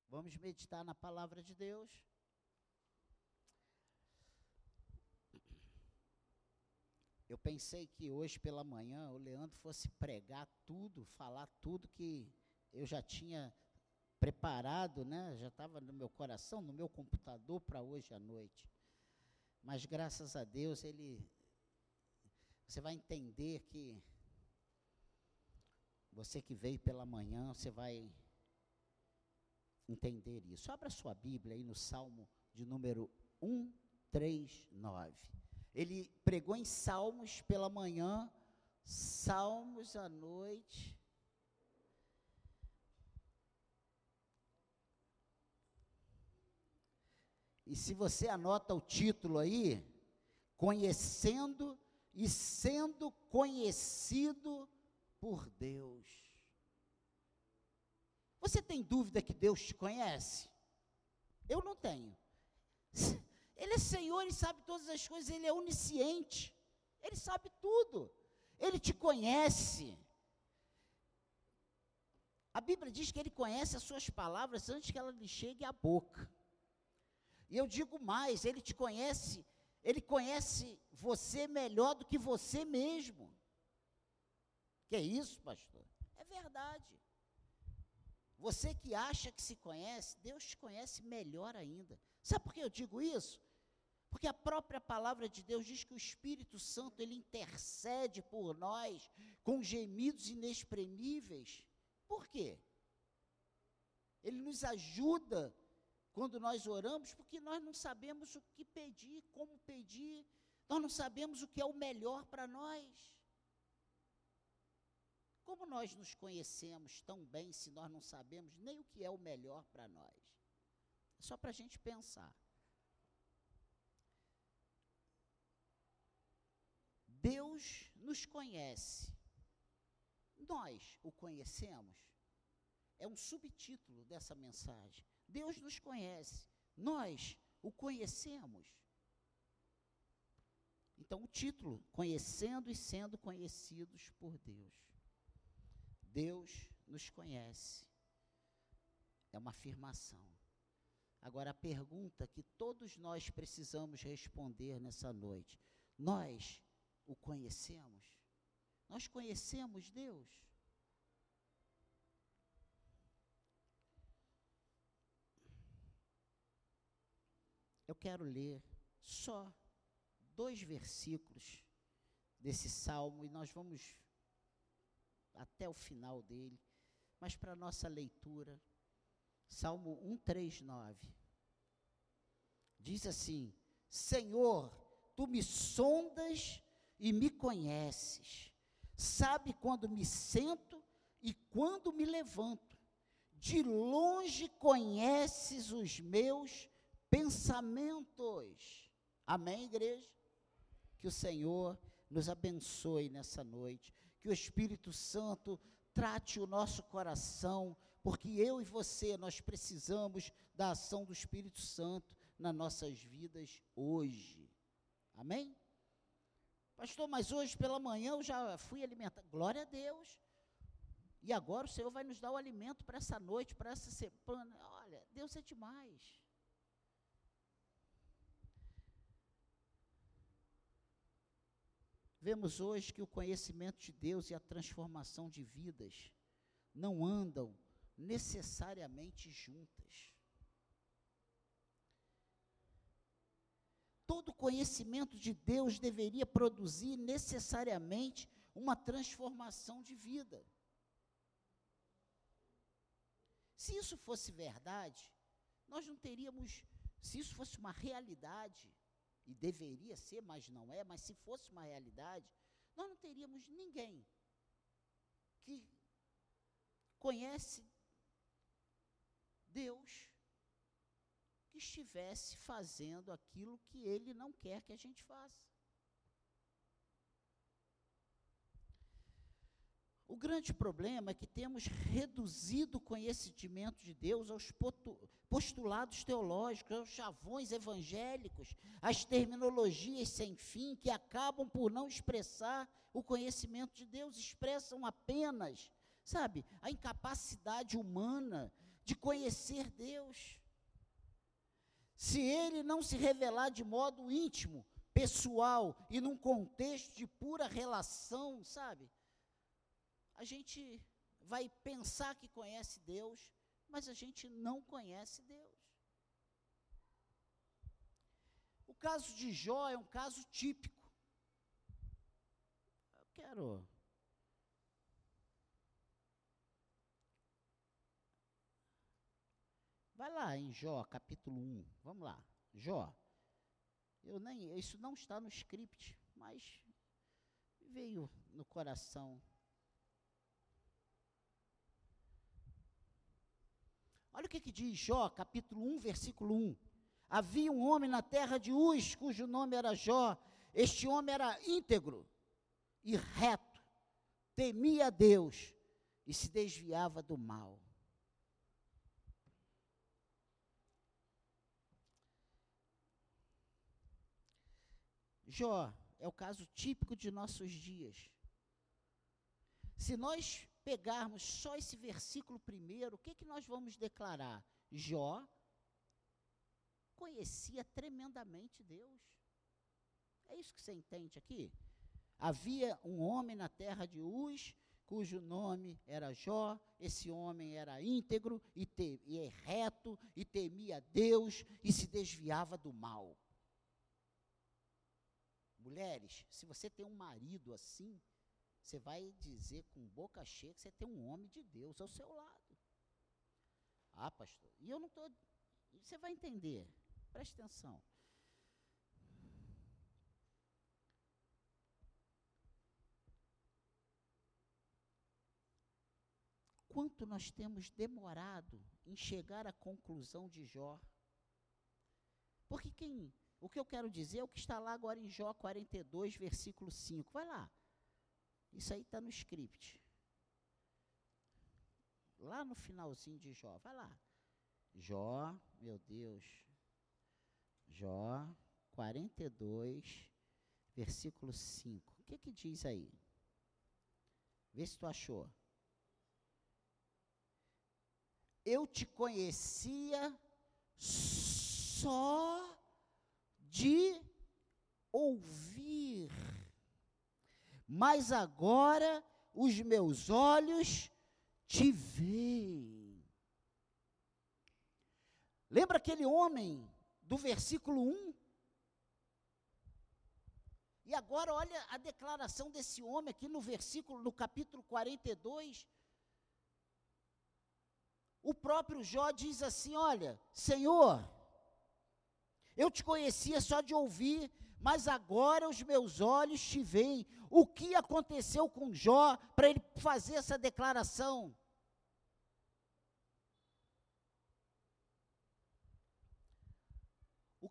Vamos meditar na palavra de Deus. Eu pensei que hoje pela manhã o Leandro fosse pregar tudo, falar tudo que eu já tinha preparado, né? Já estava no meu coração, no meu computador para hoje à noite. Mas graças a Deus você vai entender que você que veio pela manhã, você vai entender isso. Abra sua Bíblia aí no Salmo de número 139. Ele pregou em Salmos pela manhã, Salmos à noite. E se você anota o título aí, conhecendo e sendo conhecido por Deus. Você tem dúvida que Deus te conhece? Eu não tenho. Ele é Senhor e sabe todas as coisas, Ele é onisciente, Ele sabe tudo, Ele te conhece. A Bíblia diz que Ele conhece as suas palavras antes que ela lhe chegue à boca. E eu digo mais, Ele te conhece, Ele conhece você melhor do que você mesmo. Que é isso, pastor? É verdade. Você que acha que se conhece, Deus te conhece melhor ainda. Sabe por que eu digo isso? Porque a própria palavra de Deus diz que o Espírito Santo, ele intercede por nós com gemidos inexprimíveis. Por quê? Ele nos ajuda quando nós oramos, porque nós não sabemos o que pedir, como pedir, nós não sabemos o que é o melhor para nós. Como nós nos conhecemos tão bem se nós não sabemos nem o que é o melhor para nós? É só para a gente pensar. Deus nos conhece. Nós o conhecemos? É um subtítulo dessa mensagem. Deus nos conhece. Nós o conhecemos? Então, o título, Conhecendo e Sendo Conhecidos por Deus. Deus nos conhece. É uma afirmação. Agora, a pergunta que todos nós precisamos responder nessa noite: nós o conhecemos? Nós conhecemos Deus? Eu quero ler só 2 versículos desse salmo e nós vamos até o final dele, mas para nossa leitura, Salmo 139, diz assim: Senhor, Tu me sondas e me conheces, sabe quando me sento e quando me levanto, de longe conheces os meus pensamentos. Amém, igreja? Que o Senhor nos abençoe nessa noite, que o Espírito Santo trate o nosso coração, porque eu e você, nós precisamos da ação do Espírito Santo nas nossas vidas hoje. Amém? Pastor, mas hoje pela manhã eu já fui alimentar. Glória a Deus. E agora o Senhor vai nos dar o alimento para essa noite, para essa semana. Olha, Deus é demais. Vemos hoje que o conhecimento de Deus e a transformação de vidas não andam necessariamente juntas. Todo conhecimento de Deus deveria produzir necessariamente uma transformação de vida. Se isso fosse verdade, nós não teríamos, se isso fosse uma realidade, e deveria ser, mas não é, mas se fosse uma realidade, nós não teríamos ninguém que conhece Deus, que estivesse fazendo aquilo que Ele não quer que a gente faça. O grande problema é que temos reduzido o conhecimento de Deus aos postulados teológicos, aos chavões evangélicos, às terminologias sem fim, que acabam por não expressar o conhecimento de Deus, expressam apenas, sabe, a incapacidade humana de conhecer Deus. Se Ele não se revelar de modo íntimo, pessoal e num contexto de pura relação, sabe? A gente vai pensar que conhece Deus, mas a gente não conhece Deus. O caso de Jó é um caso típico. Eu quero... Vai lá em Jó, capítulo 1. Vamos lá. Jó. Isso não está no script, mas veio no coração. Olha o que diz Jó, capítulo 1, versículo 1. Havia um homem na terra de Uz, cujo nome era Jó. Este homem era íntegro e reto, temia a Deus e se desviava do mal. Jó é o caso típico de nossos dias. Se nós pegarmos só esse versículo primeiro, o que nós vamos declarar? Jó conhecia tremendamente Deus. É isso que você entende aqui? Havia um homem na terra de Uz, cujo nome era Jó. Esse homem era íntegro e reto, e temia Deus e se desviava do mal. Mulheres, se você tem um marido assim, você vai dizer com boca cheia que você tem um homem de Deus ao seu lado. Ah, pastor, e eu não estou... Você vai entender, preste atenção. Quanto nós temos demorado em chegar à conclusão de Jó? Porque o que eu quero dizer é o que está lá agora em Jó 42, versículo 5. Vai lá. Isso aí está no script. Lá no finalzinho de Jó. Vai lá. Jó, meu Deus. Jó 42, versículo 5. O que diz aí? Vê se tu achou. Eu te conhecia só de ouvir, mas agora os meus olhos te veem. Lembra aquele homem do versículo 1? E agora olha a declaração desse homem aqui no capítulo 42. O próprio Jó diz assim, olha, Senhor, eu te conhecia só de ouvir, mas agora os meus olhos te veem. O que aconteceu com Jó para ele fazer essa declaração? O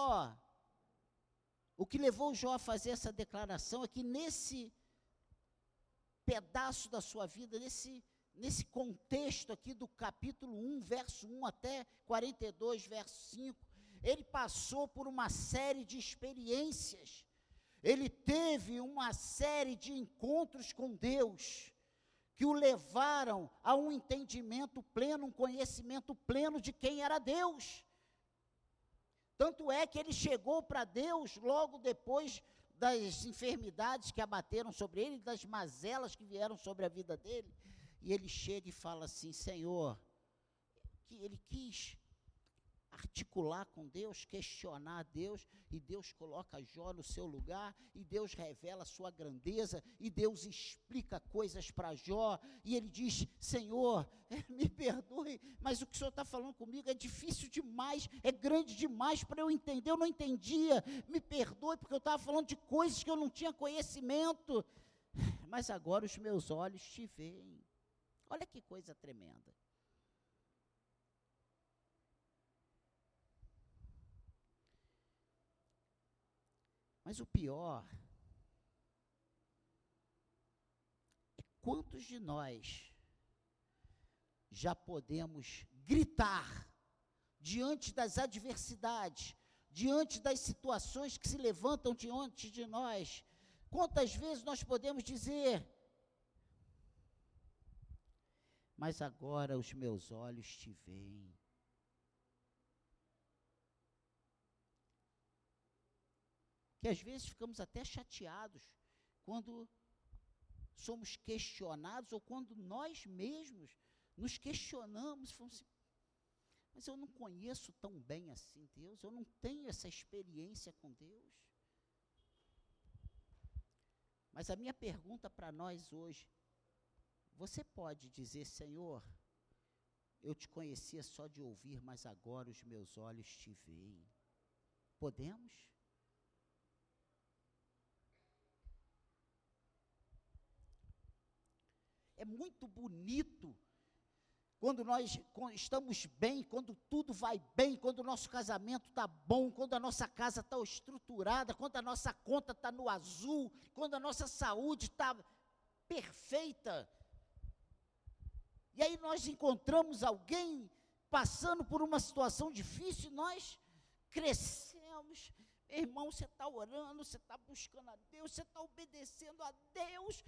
que levou Jó a fazer essa declaração é que nesse pedaço da sua vida, nesse contexto aqui do capítulo 1, verso 1 até 42, verso 5, ele passou por uma série de experiências, ele teve uma série de encontros com Deus, que o levaram a um entendimento pleno, um conhecimento pleno de quem era Deus. Tanto é que ele chegou para Deus logo depois das enfermidades que abateram sobre ele, das mazelas que vieram sobre a vida dele. E ele chega e fala assim, Senhor, que ele quis articular com Deus, questionar a Deus, e Deus coloca Jó no seu lugar, e Deus revela a sua grandeza, e Deus explica coisas para Jó, e ele diz, Senhor, me perdoe, mas o que o Senhor está falando comigo é difícil demais, é grande demais para eu entender, eu não entendia, me perdoe, porque eu estava falando de coisas que eu não tinha conhecimento, mas agora os meus olhos te veem. Olha que coisa tremenda. Mas o pior é quantos de nós já podemos gritar diante das adversidades, diante das situações que se levantam diante de nós. Quantas vezes nós podemos dizer, mas agora os meus olhos te veem. Que às vezes ficamos até chateados quando somos questionados ou quando nós mesmos nos questionamos e falamos assim, mas eu não conheço tão bem assim Deus, eu não tenho essa experiência com Deus. Mas a minha pergunta para nós hoje, você pode dizer, Senhor, eu te conhecia só de ouvir, mas agora os meus olhos te veem. Podemos? É muito bonito quando nós estamos bem, quando tudo vai bem, quando o nosso casamento está bom, quando a nossa casa está estruturada, quando a nossa conta está no azul, quando a nossa saúde está perfeita. E aí nós encontramos alguém passando por uma situação difícil e nós crescemos. Irmão, você está orando, você está buscando a Deus, você está obedecendo a Deus.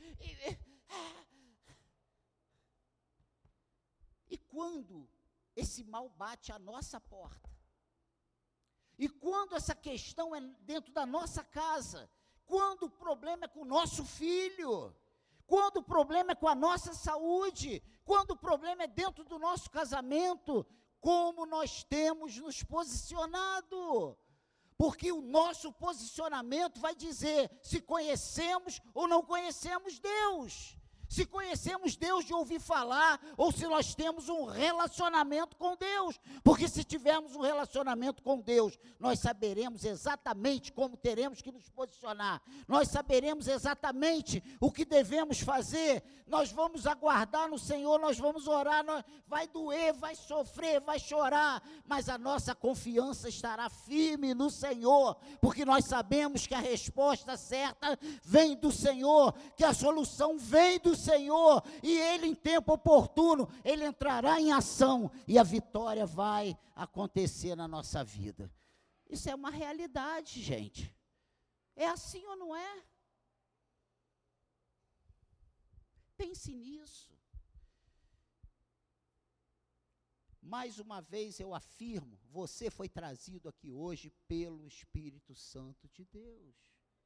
E quando esse mal bate à nossa porta, e quando essa questão é dentro da nossa casa, quando o problema é com o nosso filho, quando o problema é com a nossa saúde, quando o problema é dentro do nosso casamento, como nós temos nos posicionado? Porque o nosso posicionamento vai dizer se conhecemos ou não conhecemos Deus. Se conhecemos Deus de ouvir falar, ou se nós temos um relacionamento com Deus. Porque se tivermos um relacionamento com Deus, nós saberemos exatamente como teremos que nos posicionar. Nós saberemos exatamente o que devemos fazer. Nós vamos aguardar no Senhor, nós vamos orar, vai doer, vai sofrer, vai chorar, mas a nossa confiança estará firme no Senhor, porque nós sabemos que a resposta certa vem do Senhor, que a solução vem do Senhor, e Ele em tempo oportuno, Ele entrará em ação, e a vitória vai acontecer na nossa vida. Isso é uma realidade, gente. É assim ou não é? Pense nisso. Mais uma vez eu afirmo, você foi trazido aqui hoje pelo Espírito Santo de Deus.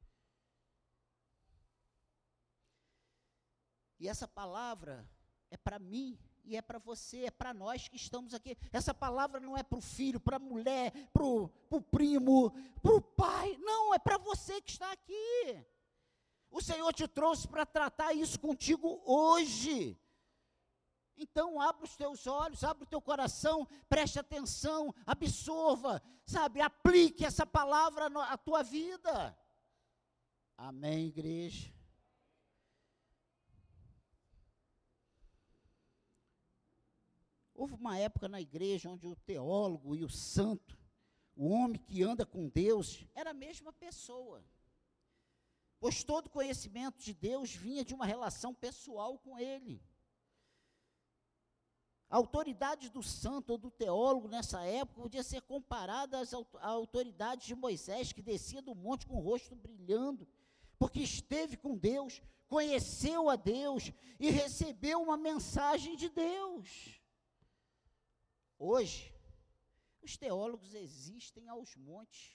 E essa palavra é para mim e é para você, é para nós que estamos aqui. Essa palavra não é para o filho, para a mulher, para o primo, para o pai. Não, é para você que está aqui. O Senhor te trouxe para tratar isso contigo hoje. Então, abra os teus olhos, abra o teu coração, preste atenção, absorva, sabe, aplique essa palavra à tua vida. Amém, igreja? Houve uma época na igreja onde o teólogo e o santo, o homem que anda com Deus, era a mesma pessoa. Pois todo conhecimento de Deus vinha de uma relação pessoal com Ele. A autoridade do santo ou do teólogo nessa época podia ser comparada à autoridade de Moisés, que descia do monte com o rosto brilhando, porque esteve com Deus, conheceu a Deus e recebeu uma mensagem de Deus. Hoje, os teólogos existem aos montes,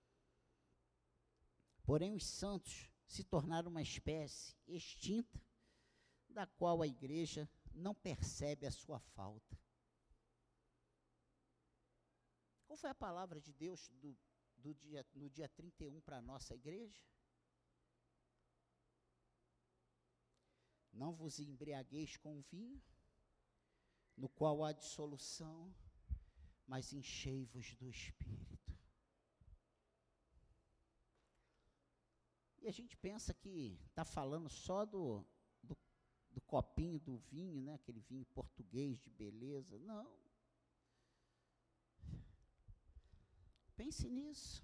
porém os santos se tornaram uma espécie extinta, da qual a igreja não percebe a sua falta. Qual foi a palavra de Deus no dia 31 para a nossa igreja? Não vos embriagueis com vinho, no qual há dissolução, mas enchei-vos do Espírito. E a gente pensa que está falando só do copinho do vinho, né? Aquele vinho português de beleza. Não. Pense nisso.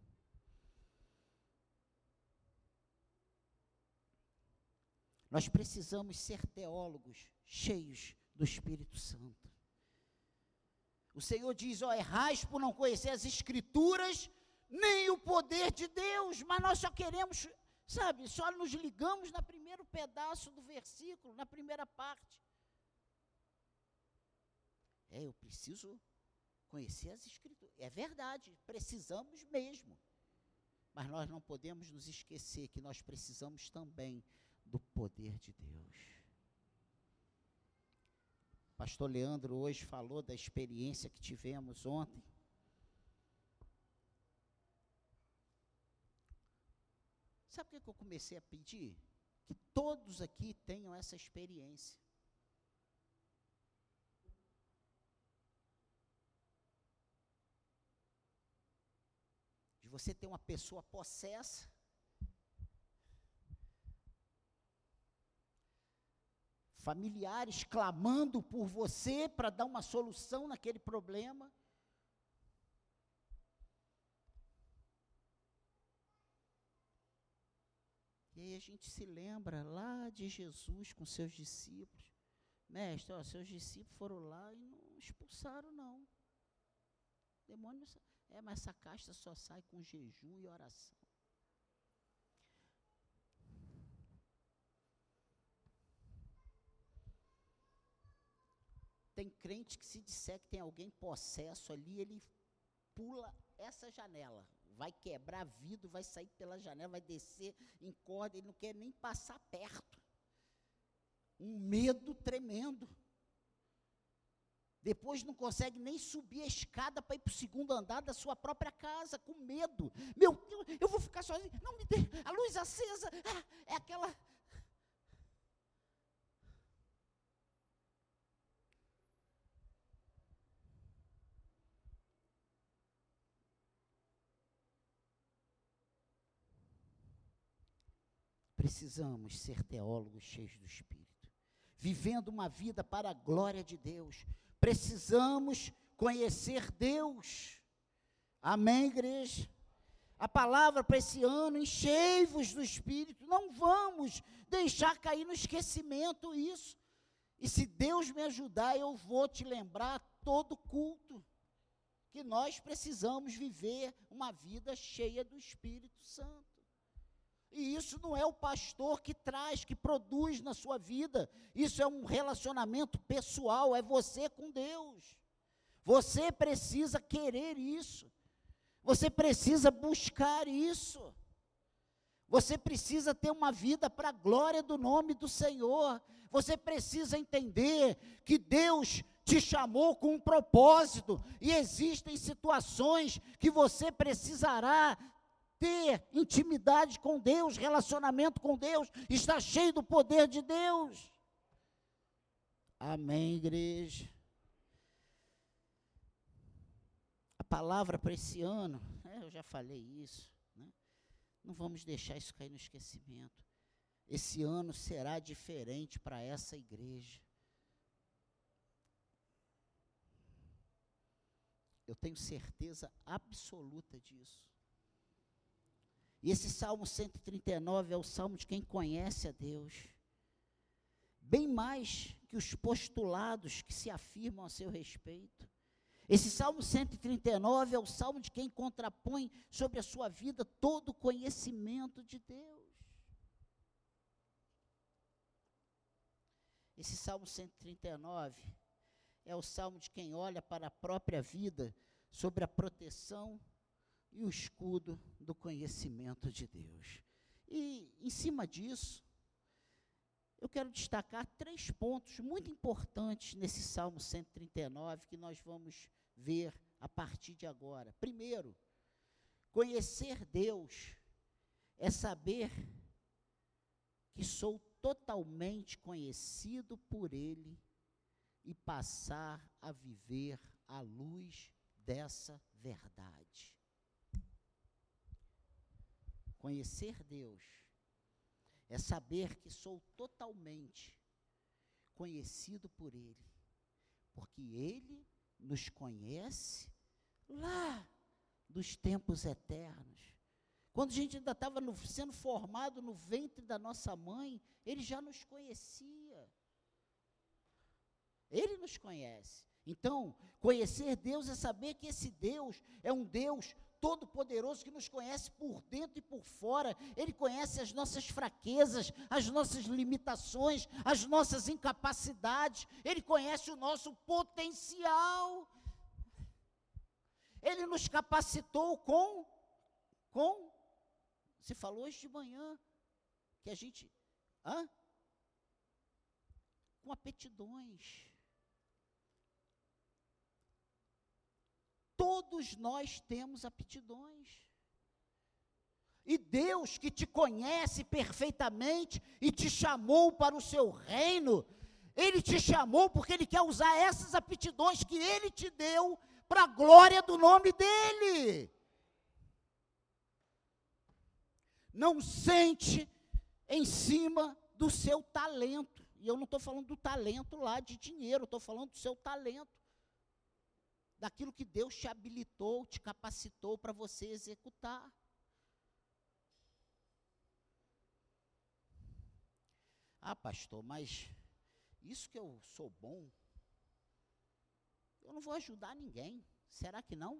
Nós precisamos ser teólogos cheios do Espírito Santo. O Senhor diz, errais por não conhecer as Escrituras, nem o poder de Deus, mas nós só queremos, sabe, só nos ligamos no primeiro pedaço do versículo, na primeira parte. Eu preciso conhecer as Escrituras. É verdade, precisamos mesmo. Mas nós não podemos nos esquecer que nós precisamos também do poder de Deus. Pastor Leandro hoje falou da experiência que tivemos ontem. Sabe o que eu comecei a pedir? Que todos aqui tenham essa experiência. De você ter uma pessoa possessa, familiares clamando por você para dar uma solução naquele problema. E aí a gente se lembra lá de Jesus com seus discípulos. Mestre, seus discípulos foram lá e não expulsaram, não. Demônio, mas essa casta só sai com jejum e oração. Tem crente que se disser que tem alguém possesso ali, ele pula essa janela. Vai quebrar vidro, vai sair pela janela, vai descer em corda, ele não quer nem passar perto. Um medo tremendo. Depois não consegue nem subir a escada para ir para o segundo andar da sua própria casa, com medo. Meu Deus, eu vou ficar sozinho. Não me dê a luz acesa. É aquela... Precisamos ser teólogos cheios do Espírito, vivendo uma vida para a glória de Deus. Precisamos conhecer Deus. Amém, igreja? A palavra para esse ano, enchei-vos do Espírito. Não vamos deixar cair no esquecimento isso. E se Deus me ajudar, eu vou te lembrar todo culto que nós precisamos viver uma vida cheia do Espírito Santo. E isso não é o pastor que traz, que produz na sua vida. Isso é um relacionamento pessoal, é você com Deus. Você precisa querer isso. Você precisa buscar isso. Você precisa ter uma vida para a glória do nome do Senhor. Você precisa entender que Deus te chamou com um propósito. E existem situações que você precisará ter intimidade com Deus, relacionamento com Deus, está cheio do poder de Deus. Amém, igreja? A palavra para esse ano, eu já falei isso, né? Não vamos deixar isso cair no esquecimento. Esse ano será diferente para essa igreja. Eu tenho certeza absoluta disso. E esse Salmo 139 é o salmo de quem conhece a Deus. Bem mais que os postulados que se afirmam a seu respeito. Esse Salmo 139 é o salmo de quem contrapõe sobre a sua vida todo o conhecimento de Deus. Esse Salmo 139 é o salmo de quem olha para a própria vida sobre a proteção e o escudo do conhecimento de Deus. E, em cima disso, eu quero destacar 3 pontos muito importantes nesse Salmo 139, que nós vamos ver a partir de agora. Primeiro, conhecer Deus é saber que sou totalmente conhecido por Ele e passar a viver à luz dessa verdade. Conhecer Deus é saber que sou totalmente conhecido por Ele, porque Ele nos conhece lá dos tempos eternos. Quando a gente ainda estava sendo formado no ventre da nossa mãe, Ele já nos conhecia. Ele nos conhece. Então, conhecer Deus é saber que esse Deus é um Deus todo-poderoso que nos conhece por dentro e por fora. Ele conhece as nossas fraquezas, as nossas limitações, as nossas incapacidades. Ele conhece o nosso potencial. Ele nos capacitou com você falou hoje de manhã, que a gente, com aptidões. Todos nós temos aptidões. E Deus, que te conhece perfeitamente e te chamou para o seu reino, Ele te chamou porque Ele quer usar essas aptidões que Ele te deu para a glória do nome dEle. Não sente em cima do seu talento. E eu não estou falando do talento lá de dinheiro, eu estou falando do seu talento. Daquilo que Deus te habilitou, te capacitou para você executar. Ah, pastor, mas isso que eu sou bom, eu não vou ajudar ninguém. Será que não?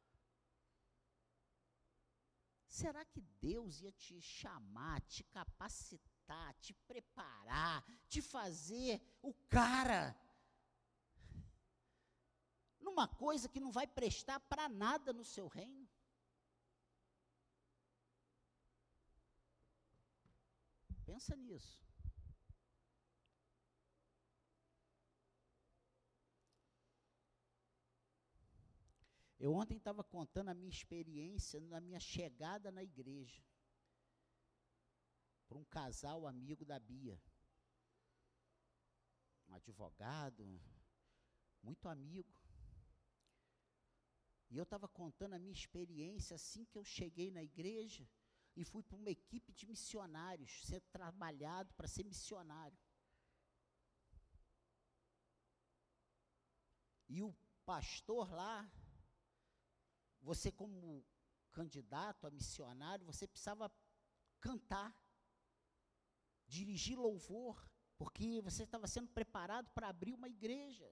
Será que Deus ia te chamar, te capacitar, te preparar, te fazer o cara numa coisa que não vai prestar para nada no seu reino? Pensa nisso. Eu ontem estava contando a minha experiência na minha chegada na igreja, para um casal amigo da Bia, um advogado, muito amigo. E eu estava contando a minha experiência assim que eu cheguei na igreja e fui para uma equipe de missionários, ser trabalhado para ser missionário. E o pastor lá, você como candidato a missionário, você precisava cantar, dirigir louvor, porque você estava sendo preparado para abrir uma igreja.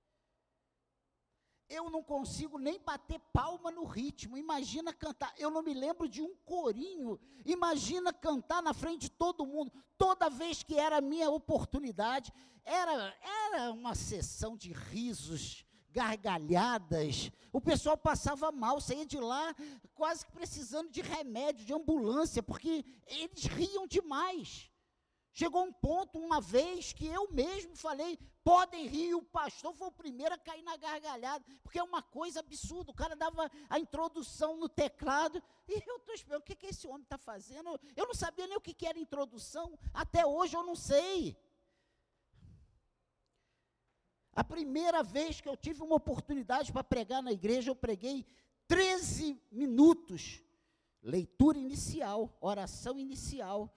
Eu não consigo nem bater palma no ritmo, imagina cantar, eu não me lembro de um corinho, imagina cantar na frente de todo mundo, toda vez que era a minha oportunidade, era uma sessão de risos, gargalhadas, o pessoal passava mal, saía de lá quase que precisando de remédio, de ambulância, porque eles riam demais. Chegou um ponto, uma vez, que eu mesmo falei, podem rir, o pastor foi o primeiro a cair na gargalhada, porque é uma coisa absurda, o cara dava a introdução no teclado, e eu estou esperando, o que esse homem está fazendo? Eu não sabia nem o que era introdução, até hoje eu não sei. A primeira vez que eu tive uma oportunidade para pregar na igreja, eu preguei 13 minutos, leitura inicial, oração inicial,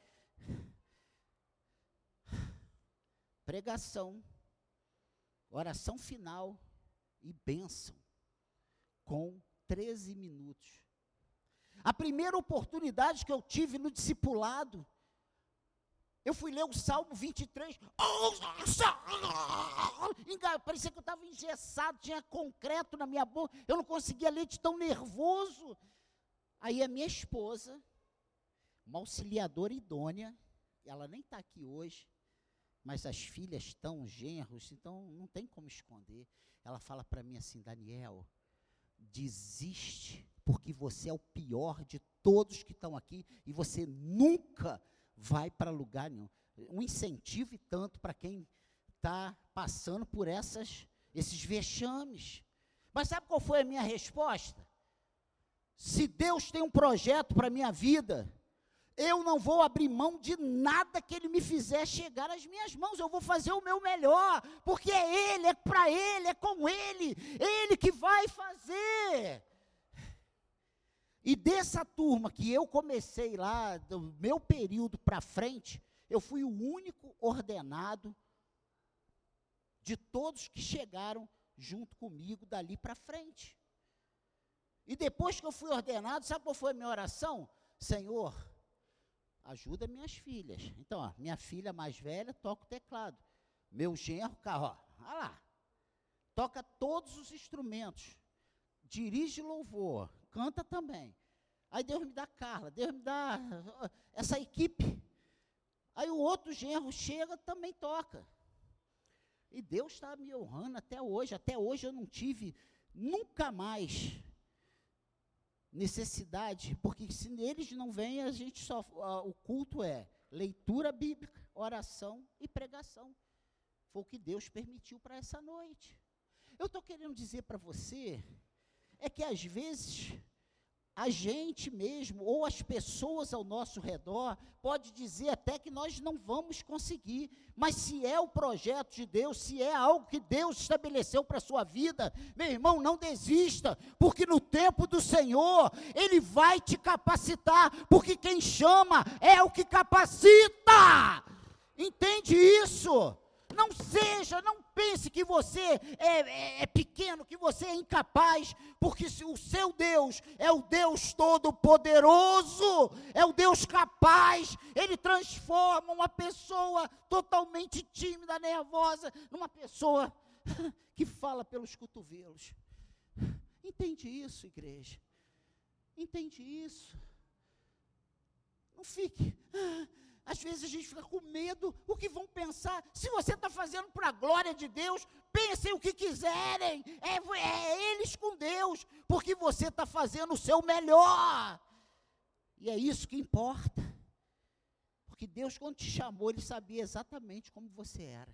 pregação, oração final e bênção, com 13 minutos. A primeira oportunidade que eu tive no discipulado, eu fui ler o Salmo 23, parecia que eu estava engessado, tinha concreto na minha boca, eu não conseguia ler de tão nervoso. Aí a minha esposa, uma auxiliadora idônea, ela nem está aqui hoje, mas as filhas estão, os genros, então não tem como esconder. Ela fala para mim assim, Daniel, desiste, porque você é o pior de todos que estão aqui, e você nunca vai para lugar nenhum. Um incentivo e tanto para quem está passando por esses vexames. Mas sabe qual foi a minha resposta? Se Deus tem um projeto para a minha vida, eu não vou abrir mão de nada que Ele me fizer chegar às minhas mãos, eu vou fazer o meu melhor, porque é Ele, é para Ele, é com Ele, Ele que vai fazer. E dessa turma que eu comecei lá, do meu período para frente, eu fui o único ordenado de todos que chegaram junto comigo dali para frente. E depois que eu fui ordenado, sabe qual foi a minha oração? Senhor, ajuda minhas filhas. Então, ó, minha filha mais velha toca o teclado. Meu genro, olha lá, toca todos os instrumentos. dirige louvor, canta também. Aí Deus me dá Carla, Deus me dá essa equipe. Aí o outro genro chega, também toca. E Deus está me honrando até hoje. Até hoje eu não tive nunca mais necessidade, porque se eles não vêm, a gente só, o culto é leitura bíblica, oração e pregação. Foi o que Deus permitiu para essa noite. Eu estou querendo dizer para você, é que às vezes a gente mesmo, ou as pessoas ao nosso redor, pode dizer até que nós não vamos conseguir, mas se é o projeto de Deus, se é algo que Deus estabeleceu para a sua vida, meu irmão, não desista, porque no tempo do Senhor, Ele vai te capacitar, porque quem chama é o que capacita, entende isso? Não pense que você é pequeno, que você é incapaz, porque se o seu Deus é o Deus todo-poderoso, é o Deus capaz, Ele transforma uma pessoa totalmente tímida, nervosa, numa pessoa que fala pelos cotovelos. Entende isso, igreja? Entende isso? Não fique... Às vezes a gente fica com medo, o que vão pensar? Se você está fazendo para a glória de Deus, pensem o que quiserem, é eles com Deus, porque você está fazendo o seu melhor, e é isso que importa, porque Deus quando te chamou, Ele sabia exatamente como você era.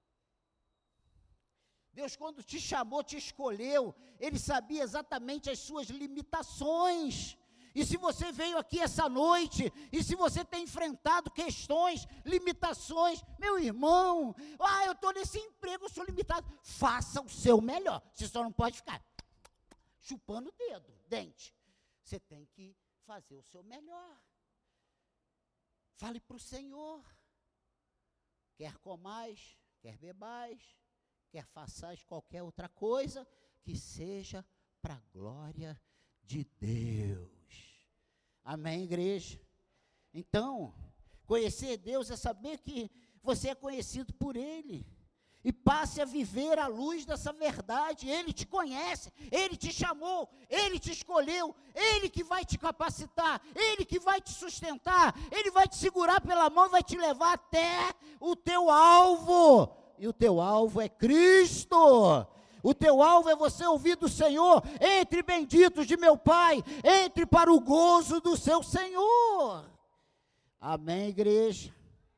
Deus quando te chamou, te escolheu, Ele sabia exatamente as suas limitações. E se você veio aqui essa noite, e se você tem enfrentado questões, limitações, meu irmão, eu estou nesse emprego, eu sou limitado, faça o seu melhor, você só não pode ficar chupando o dedo, dente, você tem que fazer o seu melhor, fale para o Senhor, quer comais, quer bebais, quer façais qualquer outra coisa, que seja para a glória de Deus. Amém, igreja? Então, conhecer Deus é saber que você é conhecido por Ele. E passe a viver à luz dessa verdade. Ele te conhece, Ele te chamou, Ele te escolheu, Ele que vai te capacitar, Ele que vai te sustentar, Ele vai te segurar pela mão e vai te levar até o teu alvo. E o teu alvo é Cristo. O teu alvo é você ouvir do Senhor, entre benditos de meu Pai, entre para o gozo do seu Senhor. Amém, igreja?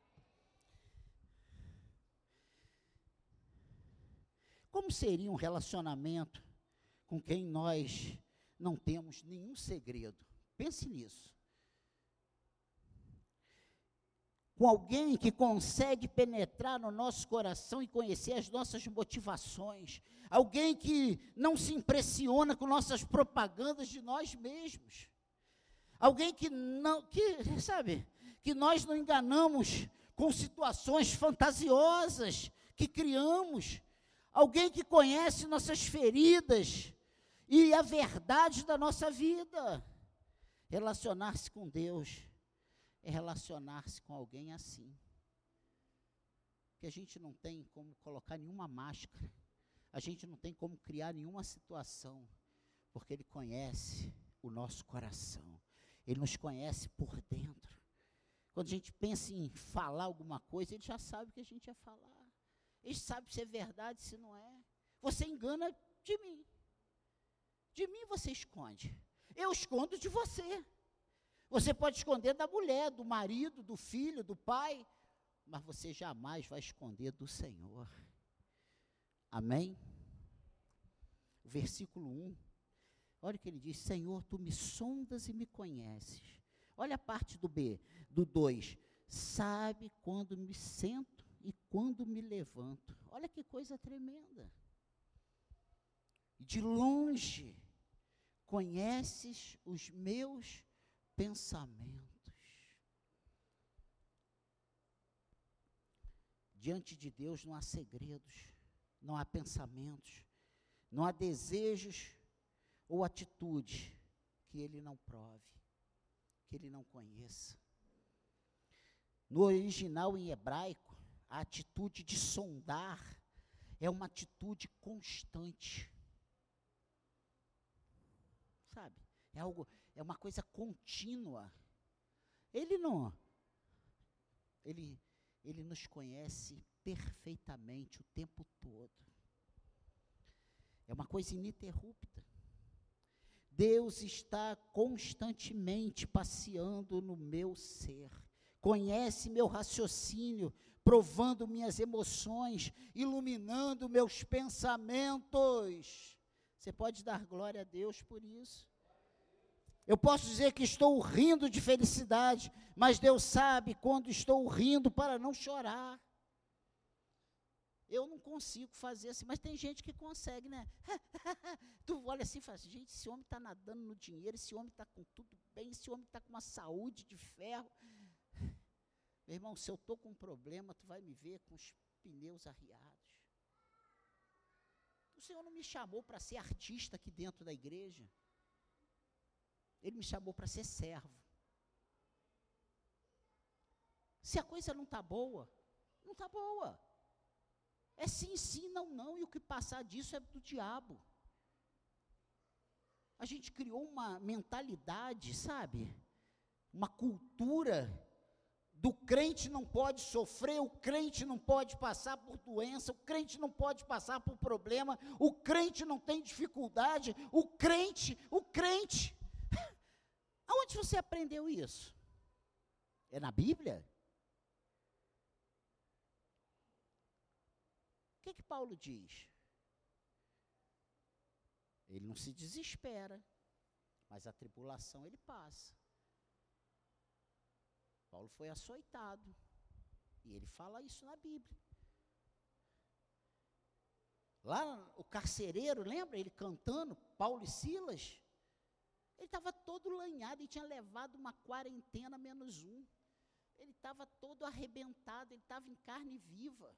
Como seria um relacionamento com quem nós não temos nenhum segredo? Pense nisso. Com alguém que consegue penetrar no nosso coração e conhecer as nossas motivações, alguém que não se impressiona com nossas propagandas de nós mesmos, alguém que nós não enganamos com situações fantasiosas que criamos, alguém que conhece nossas feridas e a verdade da nossa vida. Relacionar-se com Deus é relacionar-se com alguém assim, que a gente não tem como colocar nenhuma máscara, a gente não tem como criar nenhuma situação, porque Ele conhece o nosso coração, Ele nos conhece por dentro. Quando a gente pensa em falar alguma coisa, Ele já sabe o que a gente ia falar, Ele sabe se é verdade, se não é. Você engana de mim você esconde, eu escondo de você. Você pode esconder da mulher, do marido, do filho, do pai, mas você jamais vai esconder do Senhor. Amém? O versículo 1, olha o que ele diz: Senhor, Tu me sondas e me conheces. Olha a parte do B, do 2, sabe quando me sento e quando me levanto. Olha que coisa tremenda. De longe, conheces os meus pensamentos. Diante de Deus não há segredos, não há pensamentos, não há desejos ou atitudes que Ele não prove, que Ele não conheça. No original em hebraico, a atitude de sondar é uma atitude constante. sabe? É algo, é uma coisa contínua. Ele não, ele nos conhece perfeitamente o tempo todo. É uma coisa ininterrupta. Deus está constantemente passeando no meu ser, conhece meu raciocínio, provando minhas emoções, iluminando meus pensamentos. Você pode dar glória a Deus por isso. Eu posso dizer que estou rindo de felicidade, mas Deus sabe quando estou rindo para não chorar. Eu não consigo fazer assim, mas tem gente que consegue, né? Tu olha assim e fala assim, gente, esse homem está nadando no dinheiro, esse homem está com tudo bem, esse homem está com uma saúde de ferro. Meu irmão, se eu estou com um problema, tu vai me ver com os pneus arriados. O Senhor não me chamou para ser artista aqui dentro da igreja. Ele me chamou para ser servo. Se a coisa não está boa, não está boa. É sim, sim, não, não, e o que passar disso é do diabo. A gente criou uma mentalidade, sabe? Uma cultura do crente não pode sofrer, o crente não pode passar por doença, o crente não pode passar por problema, o crente não tem dificuldade, o crente. Aonde você aprendeu isso? É na Bíblia? O que Paulo diz? Ele não se desespera, mas a tribulação ele passa. Paulo foi açoitado, e ele fala isso na Bíblia. Lá o carcereiro, lembra? Ele cantando, Paulo e Silas, ele estava todo lanhado, e tinha levado uma quarentena -1. Ele estava todo arrebentado, ele estava em carne viva.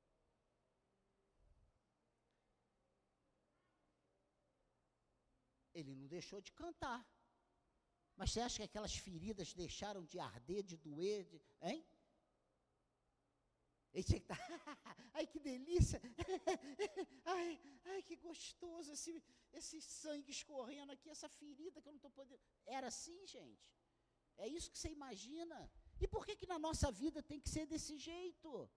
Ele não deixou de cantar. Mas você acha que aquelas feridas deixaram de arder, de doer, hein? Ele tinha que estar, ai que delícia, ai que gostoso, esse sangue escorrendo aqui, essa ferida que eu não estou podendo. Era assim, gente? É isso que você imagina? E por que na nossa vida tem que ser desse jeito?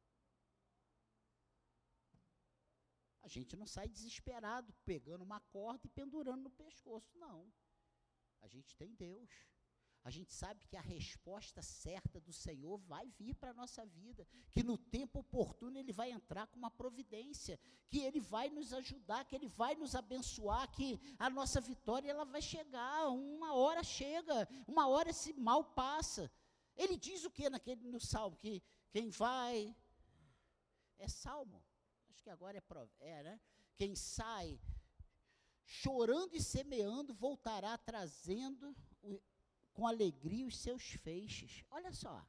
A gente não sai desesperado, pegando uma corda e pendurando no pescoço, não. A gente tem Deus. A gente sabe que a resposta certa do Senhor vai vir para a nossa vida, que no tempo oportuno Ele vai entrar com uma providência, que Ele vai nos ajudar, que Ele vai nos abençoar, que a nossa vitória ela vai chegar, uma hora chega, uma hora esse mal passa. Ele diz o que no Salmo? Que quem vai, é Salmo, acho que agora né? Quem sai chorando e semeando, voltará trazendo com alegria os seus feixes. Olha só.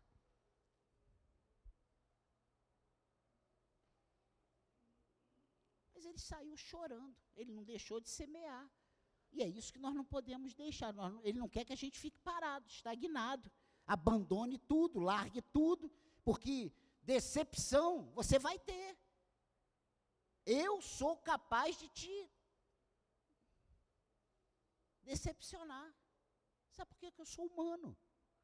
Mas ele saiu chorando, ele não deixou de semear. E é isso que nós não podemos deixar. Ele não quer que a gente fique parado, estagnado. Abandone tudo, largue tudo, porque decepção você vai ter. Eu sou capaz de te decepcionar. Sabe por quê? Que eu sou humano.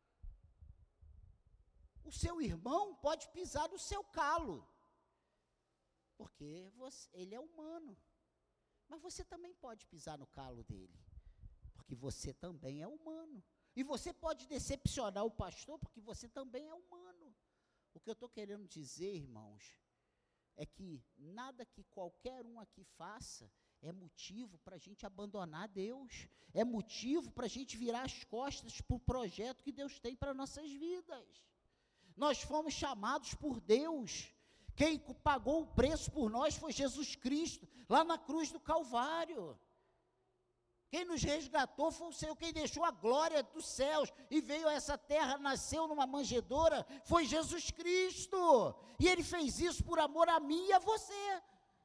O seu irmão pode pisar no seu calo, porque ele é humano. Mas você também pode pisar no calo dele, porque você também é humano. E você pode decepcionar o pastor, porque você também é humano. O que eu estou querendo dizer, irmãos, é que nada que qualquer um aqui faça é motivo para a gente abandonar Deus, é motivo para a gente virar as costas para o projeto que Deus tem para nossas vidas. Nós fomos chamados por Deus, quem pagou o preço por nós foi Jesus Cristo, lá na cruz do Calvário. Quem nos resgatou foi o Senhor, quem deixou a glória dos céus e veio a essa terra, nasceu numa manjedoura, foi Jesus Cristo, e Ele fez isso por amor a mim e a você.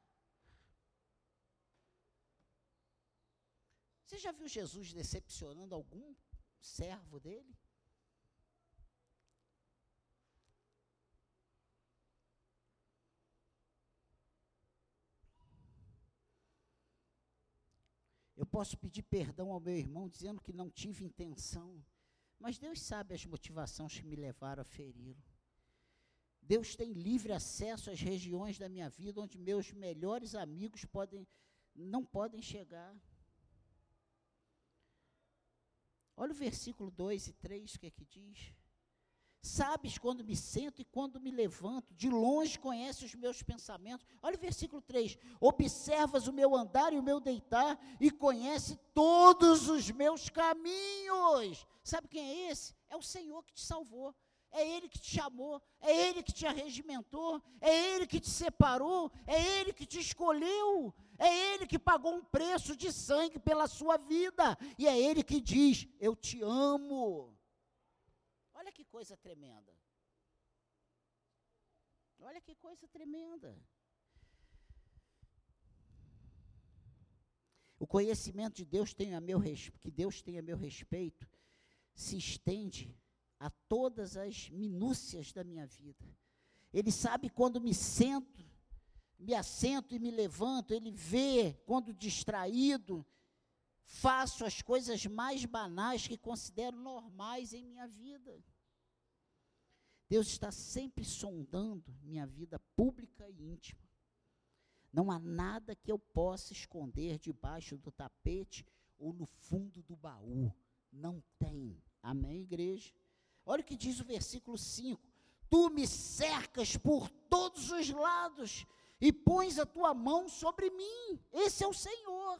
Você já viu Jesus decepcionando algum servo dele? Eu posso pedir perdão ao meu irmão dizendo que não tive intenção, mas Deus sabe as motivações que me levaram a feri-lo. Deus tem livre acesso às regiões da minha vida onde meus melhores amigos não podem chegar. Olha o versículo 2 e 3, o que é que diz? Sabes quando me sento e quando me levanto, de longe conheces os meus pensamentos. Olha o versículo 3, observas o meu andar e o meu deitar, e conhece todos os meus caminhos. Sabe quem é esse? É o Senhor que te salvou, é Ele que te chamou, é Ele que te arregimentou, é Ele que te separou, é Ele que te escolheu, é Ele que pagou um preço de sangue pela sua vida, e é Ele que diz, eu te amo. Olha que coisa tremenda. Olha que coisa tremenda. O conhecimento de Deus que Deus tem a meu respeito se estende a todas as minúcias da minha vida. Ele sabe quando me assento e me levanto, Ele vê quando distraído, faço as coisas mais banais que considero normais em minha vida. Deus está sempre sondando minha vida pública e íntima. Não há nada que eu possa esconder debaixo do tapete ou no fundo do baú. Não tem. Amém, igreja? Olha o que diz o versículo 5. Tu me cercas por todos os lados e pões a tua mão sobre mim. Esse é o Senhor.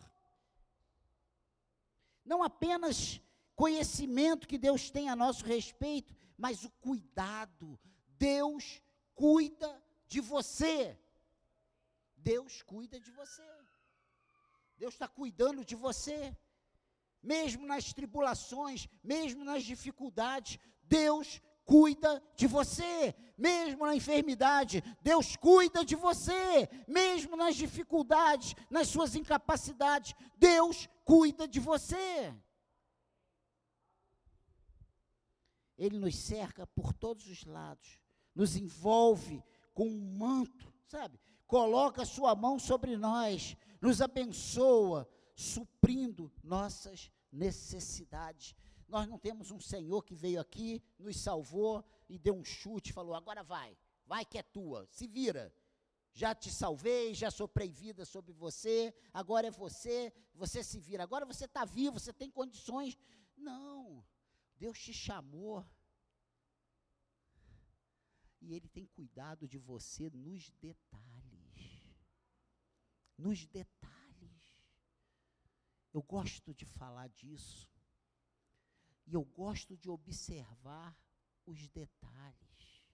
Não apenas conhecimento que Deus tem a nosso respeito, mas o cuidado. Deus cuida de você. Deus cuida de você. Deus está cuidando de você. Mesmo nas tribulações, mesmo nas dificuldades, Deus cuida de você. Mesmo na enfermidade, Deus cuida de você. Mesmo nas dificuldades, nas suas incapacidades, Deus cuida de você. Ele nos cerca por todos os lados, nos envolve com um manto, sabe? Coloca a sua mão sobre nós, nos abençoa, suprindo nossas necessidades. Nós não temos um Senhor que veio aqui, nos salvou e deu um chute, falou, agora vai que é tua, se vira. Já te salvei, já soprei vida sobre você, agora é você se vira. Agora você está vivo, você tem condições. Não, Deus te chamou. E Ele tem cuidado de você nos detalhes. Nos detalhes. Eu gosto de falar disso. E eu gosto de observar os detalhes.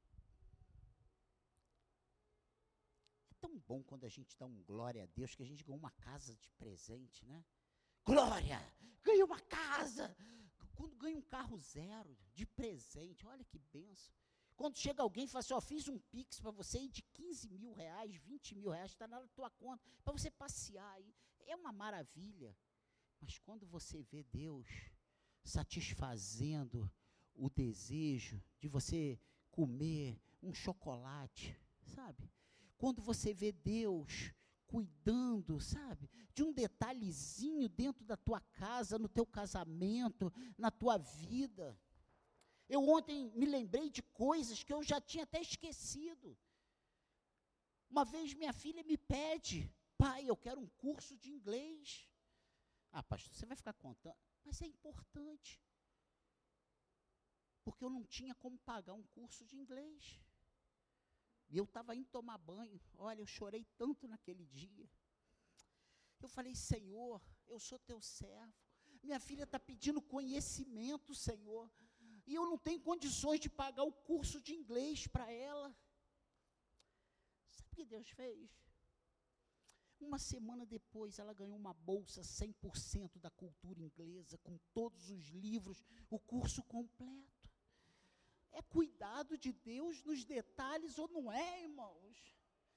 É tão bom quando a gente dá um glória a Deus, que a gente ganha uma casa de presente, né? Glória! Ganhei uma casa! Quando ganha um carro zero de presente, olha que bênção. Quando chega alguém e fala assim, ó, fiz um pix para você aí de 15 mil reais, 20 mil reais, está na tua conta, para você passear aí, é uma maravilha. Mas quando você vê Deus satisfazendo o desejo de você comer um chocolate, sabe? Quando você vê Deus cuidando, sabe, de um detalhezinho dentro da tua casa, no teu casamento, na tua vida. Eu ontem me lembrei de coisas que eu já tinha até esquecido. Uma vez minha filha me pede, pai, eu quero um curso de inglês. Ah, pastor, você vai ficar contando, mas é importante. Porque eu não tinha como pagar um curso de inglês. E eu estava indo tomar banho, olha, eu chorei tanto naquele dia. Eu falei, Senhor, eu sou teu servo, minha filha está pedindo conhecimento, Senhor, e eu não tenho condições de pagar o curso de inglês para ela. Sabe o que Deus fez? Uma semana depois, ela ganhou uma bolsa 100% da cultura inglesa, com todos os livros, o curso completo. É cuidado de Deus nos detalhes ou não é, irmãos?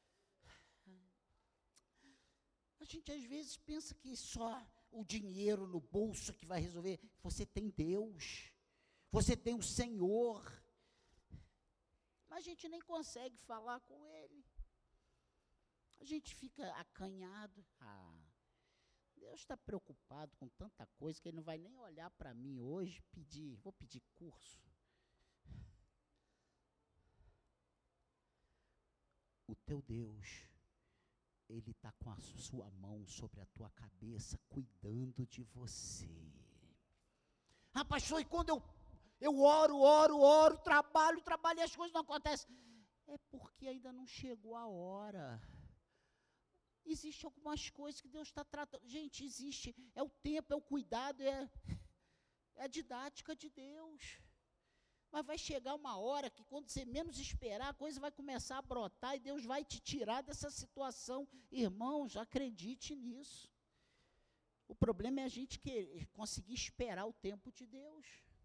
A gente às vezes pensa que só o dinheiro no bolso que vai resolver. Você tem Deus, você tem o Senhor, mas a gente nem consegue falar com Ele. A gente fica acanhado. Deus está preocupado com tanta coisa que Ele não vai nem olhar para mim hoje, vou pedir curso. O teu Deus, Ele está com a sua mão sobre a tua cabeça, cuidando de você. Ah, pastor, e quando eu oro, trabalho e as coisas não acontecem? É porque ainda não chegou a hora. Existem algumas coisas que Deus está tratando. Gente, existe, é o tempo, é o cuidado, é a didática de Deus. Mas vai chegar uma hora que quando você menos esperar, a coisa vai começar a brotar e Deus vai te tirar dessa situação. Irmãos, acredite nisso. O problema é a gente conseguir esperar o tempo de Deus.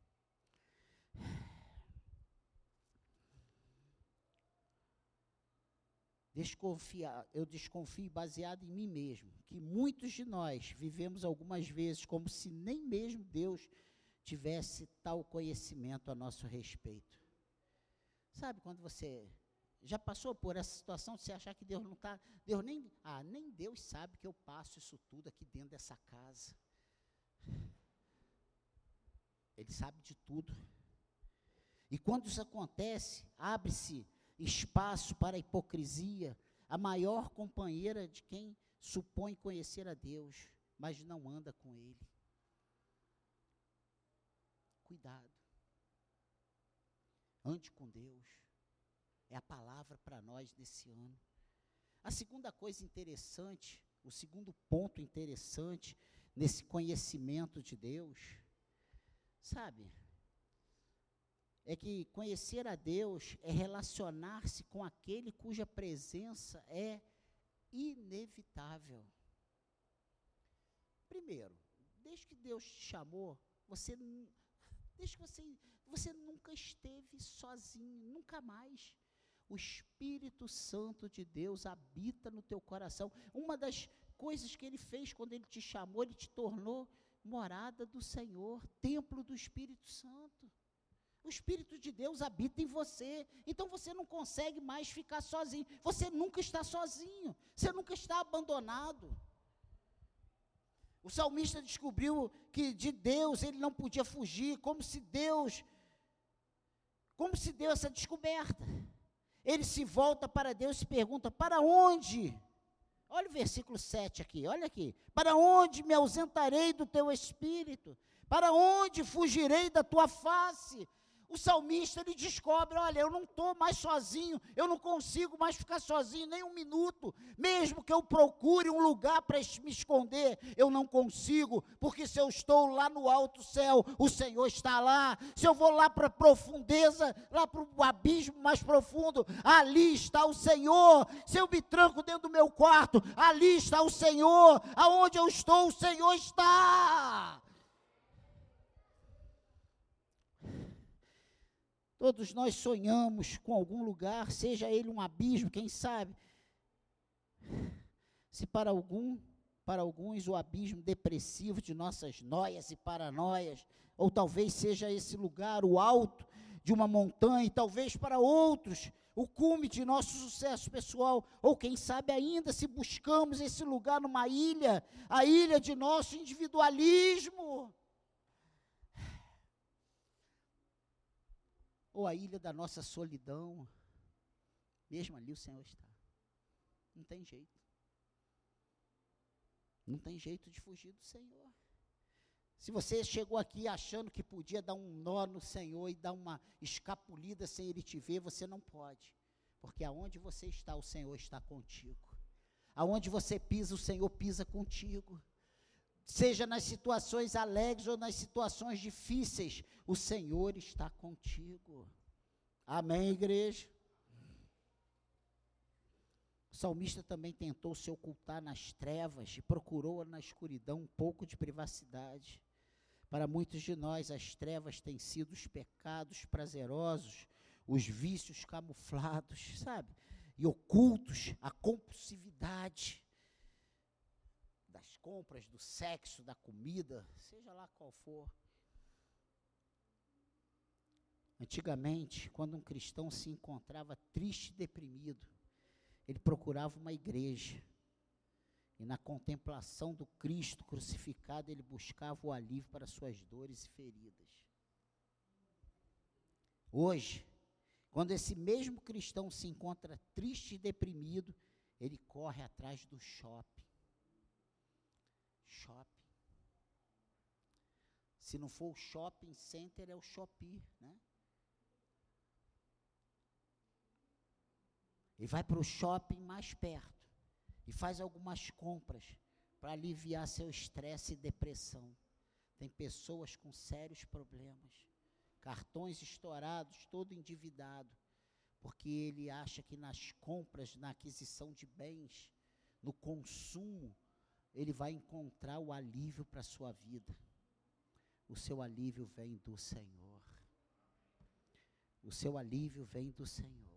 Eu desconfio baseado em mim mesmo, que muitos de nós vivemos algumas vezes como se nem mesmo Deus tivesse tal conhecimento a nosso respeito. Sabe quando você já passou por essa situação de você achar que Deus não está, nem Deus sabe que eu passo isso tudo aqui dentro dessa casa. Ele sabe de tudo. E quando isso acontece, abre-se espaço para a hipocrisia, a maior companheira de quem supõe conhecer a Deus, mas não anda com Ele. Cuidado. Ande com Deus. É a palavra para nós nesse ano. A segunda coisa interessante, o segundo ponto interessante nesse conhecimento de Deus, sabe? É que conhecer a Deus é relacionar-se com aquele cuja presença é inevitável. Primeiro, desde que Deus te chamou, você nunca esteve sozinho, nunca mais. O Espírito Santo de Deus habita no teu coração. Uma das coisas que Ele fez quando Ele te chamou, Ele te tornou morada do Senhor, templo do Espírito Santo. O Espírito de Deus habita em você, então você não consegue mais ficar sozinho, você nunca está sozinho, você nunca está abandonado. O salmista descobriu que de Deus ele não podia fugir, como se deu essa descoberta. Ele se volta para Deus e se pergunta, para onde? Olha o versículo 7 aqui, olha aqui. Para onde me ausentarei do teu Espírito? Para onde fugirei da tua face? O salmista, ele descobre, olha, eu não estou mais sozinho, eu não consigo mais ficar sozinho nem um minuto, mesmo que eu procure um lugar para me esconder, eu não consigo, porque se eu estou lá no alto céu, o Senhor está lá. Se eu vou lá para a profundeza, lá para o abismo mais profundo, ali está o Senhor. Se eu me tranco dentro do meu quarto, ali está o Senhor. Aonde eu estou, o Senhor está. Todos nós sonhamos com algum lugar, seja ele um abismo, quem sabe. Se para alguns o abismo depressivo de nossas noias e paranoias, ou talvez seja esse lugar, o alto de uma montanha, e talvez para outros, o cume de nosso sucesso pessoal, ou quem sabe ainda, se buscamos esse lugar numa ilha, a ilha de nosso individualismo, ou a ilha da nossa solidão, mesmo ali o Senhor está. Não tem jeito. Não tem jeito de fugir do Senhor. Se você chegou aqui achando que podia dar um nó no Senhor e dar uma escapulida sem Ele te ver, você não pode. Porque aonde você está, o Senhor está contigo. Aonde você pisa, o Senhor pisa contigo. Seja nas situações alegres ou nas situações difíceis, o Senhor está contigo. Amém, igreja? O salmista também tentou se ocultar nas trevas e procurou na escuridão um pouco de privacidade. Para muitos de nós, as trevas têm sido os pecados prazerosos, os vícios camuflados, sabe? E ocultos, a compulsividade das compras, do sexo, da comida, seja lá qual for. Antigamente, quando um cristão se encontrava triste e deprimido, ele procurava uma igreja. E na contemplação do Cristo crucificado, ele buscava o alívio para suas dores e feridas. Hoje, quando esse mesmo cristão se encontra triste e deprimido, ele corre atrás do shopping. Shopping. Se não for o shopping center, é o Shopee, né? Ele vai para o shopping mais perto e faz algumas compras para aliviar seu estresse e depressão. Tem pessoas com sérios problemas, cartões estourados, todo endividado, porque ele acha que nas compras, na aquisição de bens, no consumo, ele vai encontrar o alívio para a sua vida. O seu alívio vem do Senhor. O seu alívio vem do Senhor.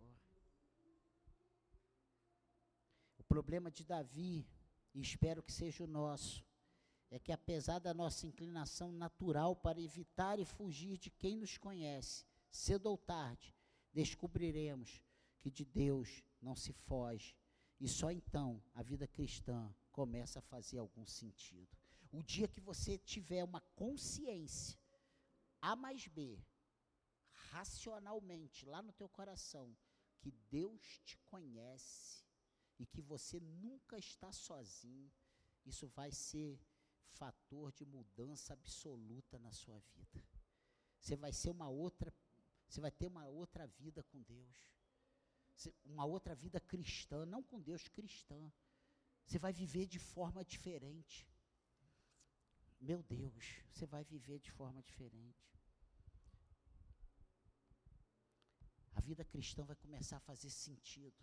O problema de Davi, e espero que seja o nosso, é que apesar da nossa inclinação natural para evitar e fugir de quem nos conhece, cedo ou tarde, descobriremos que de Deus não se foge, e só então a vida cristã começa a fazer algum sentido. O dia que você tiver uma consciência, A mais B, racionalmente, lá no teu coração, que Deus te conhece, e que você nunca está sozinho, isso vai ser fator de mudança absoluta na sua vida. Você vai ter uma outra vida com Deus, uma outra vida cristã, não com Deus, cristã. Você vai viver de forma diferente. Meu Deus, você vai viver de forma diferente. A vida cristã vai começar a fazer sentido.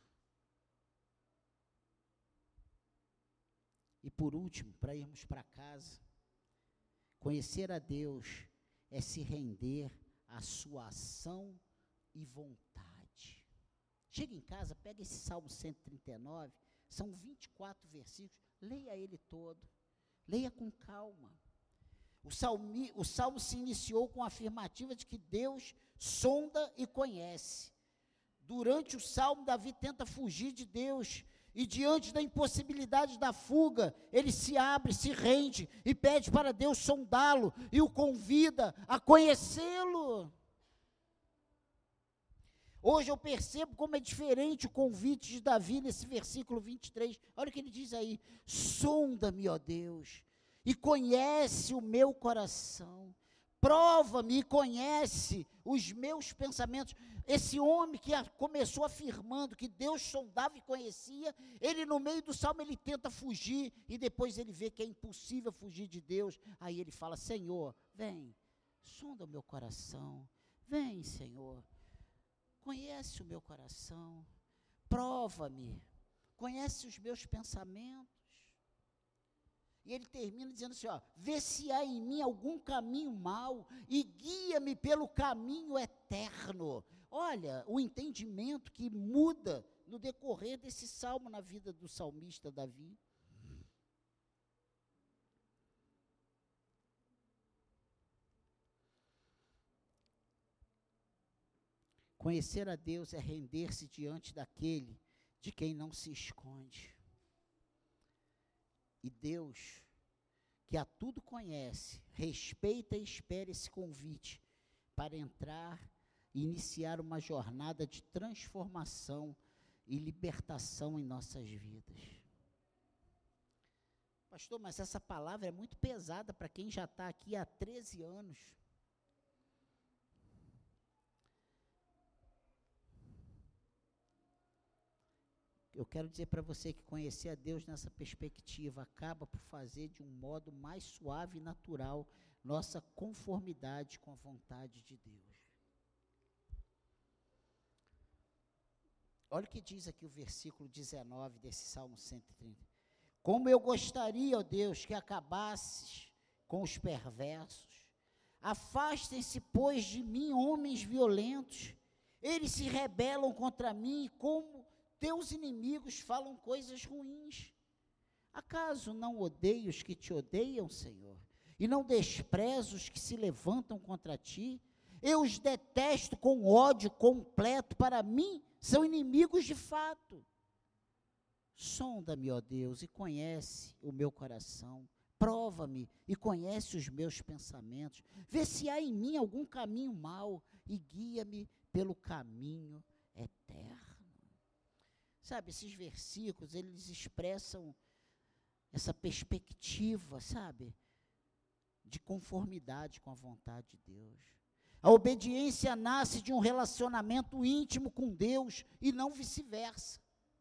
E por último, para irmos para casa, conhecer a Deus é se render à sua ação e vontade. Chega em casa, pega esse Salmo 139, são 24 versículos, leia ele todo, leia com calma. O Salmo se iniciou com a afirmativa de que Deus sonda e conhece. Durante o Salmo, Davi tenta fugir de Deus, e diante da impossibilidade da fuga, ele se abre, se rende e pede para Deus sondá-lo e o convida a conhecê-lo. Hoje eu percebo como é diferente o convite de Davi nesse versículo 23. Olha o que ele diz aí: sonda-me, ó Deus, e conhece o meu coração. Prova-me e conhece os meus pensamentos. Esse homem que começou afirmando que Deus sondava e conhecia, ele no meio do salmo, ele tenta fugir, e depois ele vê que é impossível fugir de Deus. Aí ele fala: Senhor, vem, sonda o meu coração. Vem, Senhor, conhece o meu coração. Prova-me, conhece os meus pensamentos. E ele termina dizendo assim, ó: vê se há em mim algum caminho mau e guia-me pelo caminho eterno. Olha, o entendimento que muda no decorrer desse salmo na vida do salmista Davi. Conhecer a Deus é render-se diante daquele de quem não se esconde. E Deus, que a tudo conhece, respeita e espera esse convite para entrar e iniciar uma jornada de transformação e libertação em nossas vidas. Pastor, mas essa palavra é muito pesada para quem já está aqui há 13 anos. Eu quero dizer para você que conhecer a Deus nessa perspectiva acaba por fazer de um modo mais suave e natural nossa conformidade com a vontade de Deus. Olha o que diz aqui o versículo 19 desse Salmo 130. Como eu gostaria, ó Deus, que acabasses com os perversos. Afastem-se, pois, de mim homens violentos. Eles se rebelam contra mim e como teus inimigos falam coisas ruins. Acaso não odeio os que te odeiam, Senhor? E não desprezo os que se levantam contra ti? Eu os detesto com ódio completo. Para mim, são inimigos de fato. Sonda-me, ó Deus, e conhece o meu coração. Prova-me e conhece os meus pensamentos. Vê se há em mim algum caminho mau e guia-me pelo caminho eterno. Sabe, esses versículos, eles expressam essa perspectiva, sabe, de conformidade com a vontade de Deus. A obediência nasce de um relacionamento íntimo com Deus e não vice-versa.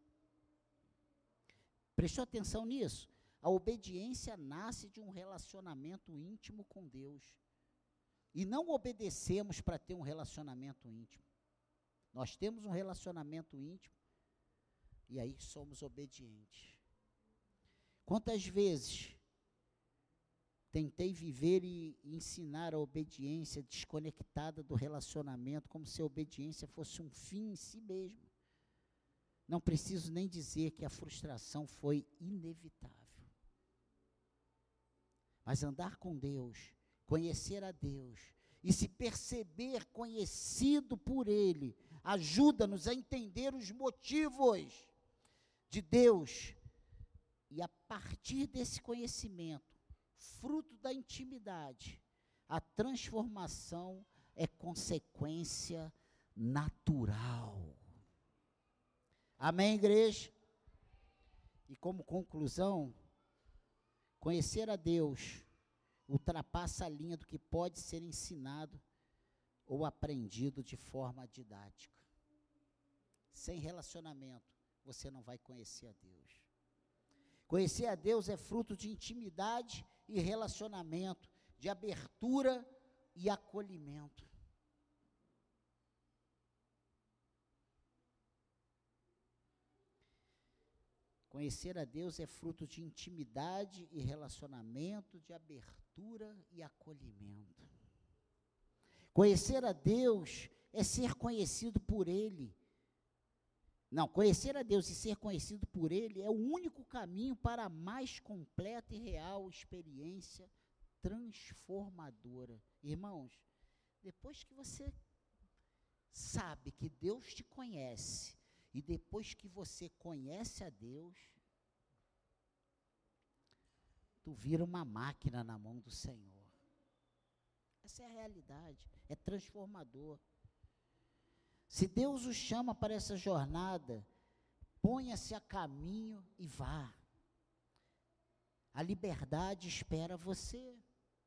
Prestou atenção nisso? A obediência nasce de um relacionamento íntimo com Deus. E não obedecemos para ter um relacionamento íntimo. Nós temos um relacionamento íntimo e aí somos obedientes. Quantas vezes tentei viver e ensinar a obediência desconectada do relacionamento, como se a obediência fosse um fim em si mesmo. Não preciso nem dizer que a frustração foi inevitável. Mas andar com Deus, conhecer a Deus e se perceber conhecido por Ele, ajuda-nos a entender os motivos de Deus. E a partir desse conhecimento, fruto da intimidade, a transformação é consequência natural. Amém, igreja? E como conclusão, conhecer a Deus ultrapassa a linha do que pode ser ensinado ou aprendido de forma didática. Sem relacionamento, você não vai conhecer a Deus. Conhecer a Deus é fruto de intimidade e relacionamento, de abertura e acolhimento. Conhecer a Deus é fruto de intimidade e relacionamento, de abertura e acolhimento. Conhecer a Deus é ser conhecido por Ele. Não, conhecer a Deus e ser conhecido por Ele é o único caminho para a mais completa e real experiência transformadora. Irmãos, depois que você sabe que Deus te conhece, e depois que você conhece a Deus, tu vira uma máquina na mão do Senhor. Essa é a realidade, é transformador. Se Deus o chama para essa jornada, ponha-se a caminho e vá. A liberdade espera você.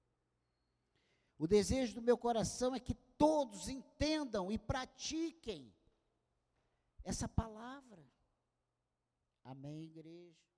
O desejo do meu coração é que todos entendam e pratiquem essa palavra. Amém, igreja?